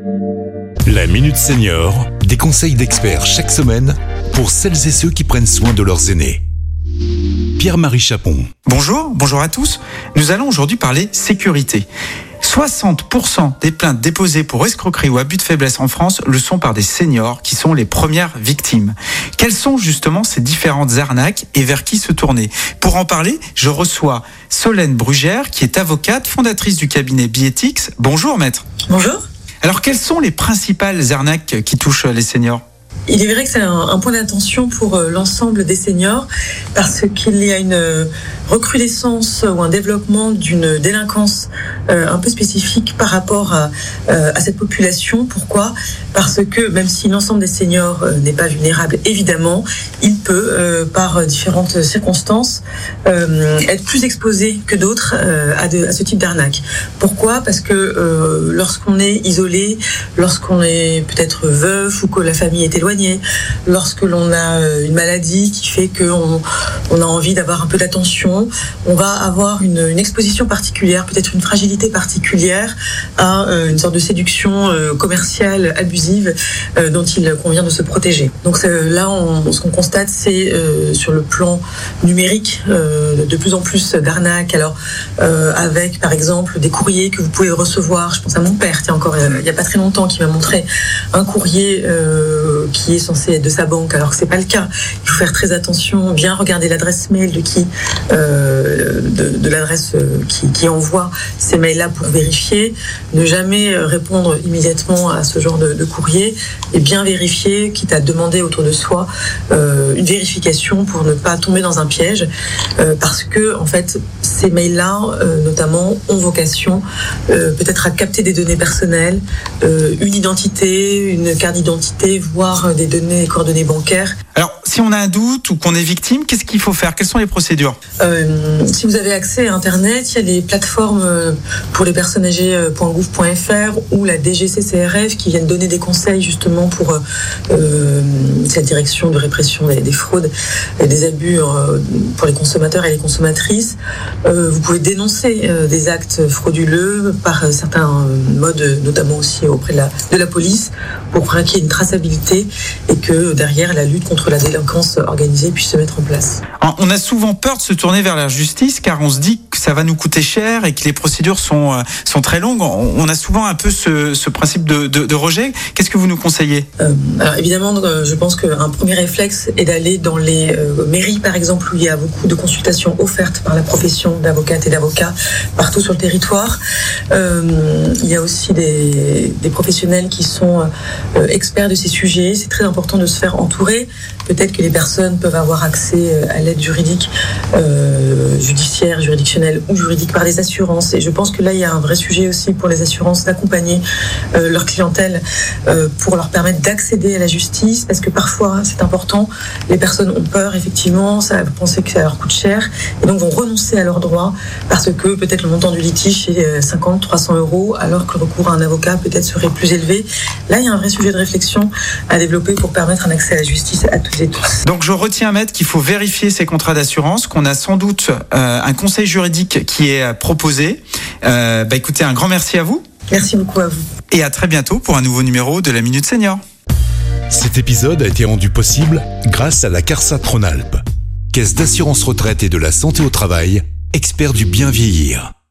La Minute Senior, des conseils d'experts chaque semaine pour celles et ceux qui prennent soin de leurs aînés. Pierre-Marie Chapon. Bonjour à tous. Nous allons aujourd'hui parler sécurité. 60% des plaintes déposées pour escroquerie ou abus de faiblesse en France le sont par des seniors qui sont les premières victimes. Quelles sont justement ces différentes arnaques et vers qui se tourner ? Pour en parler, je reçois Solène Brugère qui est avocate, fondatrice du cabinet Bietix. Bonjour maître. Bonjour. Alors quelles sont les principales arnaques qui touchent les seniors ? Il est vrai que c'est un point d'attention pour l'ensemble des seniors parce qu'il y a une recrudescence ou un développement d'une délinquance un peu spécifique par rapport à cette population. Pourquoi ? Parce que même si l'ensemble des seniors n'est pas vulnérable, évidemment, il peut, par différentes circonstances, être plus exposé que d'autres à ce type d'arnaque. Pourquoi ? Parce que lorsqu'on est isolé, lorsqu'on est peut-être veuf ou que la famille est éloignée, lorsque l'on a une maladie qui fait qu'on a envie d'avoir un peu d'attention, on va avoir une exposition particulière, peut-être une fragilité particulière à une sorte de séduction commerciale abusive dont il convient de se protéger. Donc là, ce qu'on constate, c'est sur le plan numérique de plus en plus d'arnaques. Alors avec par exemple des courriers que vous pouvez recevoir. Je pense à mon père, il y a pas très longtemps, qui m'a montré un courrier qui est censé être de sa banque, alors que c'est pas le cas. Il faut faire très attention, bien regarder l'adresse mail de qui, de l'adresse qui envoie ces mails-là pour vérifier, ne jamais répondre immédiatement à ce genre de courrier et bien vérifier, quitte à demander autour de soi une vérification pour ne pas tomber dans un piège, parce que en fait ces mails-là, notamment, ont vocation peut-être à capter des données personnelles, une identité, une carte d'identité, voire des données, coordonnées bancaires. Alors, si on a un doute ou qu'on est victime, qu'est-ce qu'il faut faire ? Quelles sont les procédures ? Si vous avez accès à Internet, il y a les plateformes pour les personnes âgées.gouv.fr ou la DGCCRF qui viennent donner des conseils justement pour cette direction de répression des fraudes et des abus pour les consommateurs et les consommatrices. Vous pouvez dénoncer des actes frauduleux par certains modes, notamment aussi auprès de la police, pour qu'il y ait une traçabilité et que derrière la lutte contre la délinquance organisée puisse se mettre en place. On a souvent peur de se tourner vers la justice car on se dit que ça va nous coûter cher et que les procédures sont très longues. On a souvent un peu ce principe de rejet. Qu'est-ce que vous nous conseillez ? Alors évidemment, je pense qu'un premier réflexe est d'aller dans les mairies, par exemple, où il y a beaucoup de consultations offertes par la profession d'avocate et d'avocat partout sur le territoire. Il y a aussi des professionnels qui sont experts de ces sujets. C'est très important de se faire entourer. Peut-être que les personnes peuvent avoir accès à l'aide juridique, judiciaire, juridictionnelle ou juridique par des assurances. Et je pense que là, il y a un vrai sujet aussi pour les assurances d'accompagner leur clientèle pour leur permettre d'accéder à la justice. Parce que parfois, c'est important, les personnes ont peur, effectivement, penser que ça leur coûte cher et donc vont renoncer à leurs droits parce que peut-être le montant du litige est 50-300 €, alors que le recours à un avocat peut-être serait plus élevé. Là, il y a un vrai sujet de réflexion à développer pour permettre un accès à la justice à toutes et tous. Donc je retiens, maître, qu'il faut vérifier ces contrats d'assurance, qu'on a sans doute un conseil juridique qui est proposé. Écoutez, un grand merci à vous. Merci beaucoup à vous. Et à très bientôt pour un nouveau numéro de la Minute Senior. Cet épisode a été rendu possible grâce à la CARSAT Rhône-Alpes, Caisse d'assurance retraite et de la santé au travail, expert du bien vieillir.